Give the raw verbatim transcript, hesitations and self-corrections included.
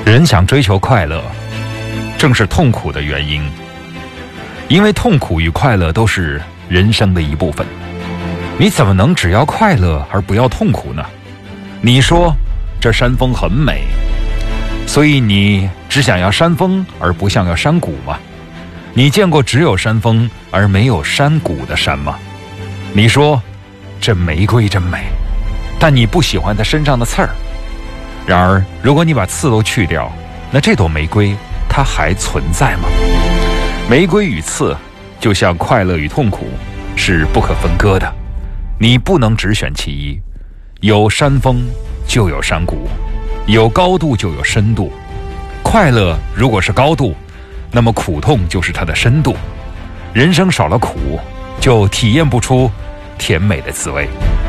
人想追求快乐，正是痛苦的原因。因为痛苦与快乐都是人生的一部分，你怎么能只要快乐而不要痛苦呢？你说这山峰很美，所以你只想要山峰而不想要山谷吗？你见过只有山峰而没有山谷的山吗？你说这玫瑰真美，但你不喜欢它身上的刺儿。然而如果你把刺都去掉，那这朵玫瑰它还存在吗？玫瑰与刺就像快乐与痛苦是不可分割的，你不能只选其一。有山峰就有山谷，有高度就有深度。快乐如果是高度，那么苦痛就是它的深度。人生少了苦，就体验不出甜美的滋味。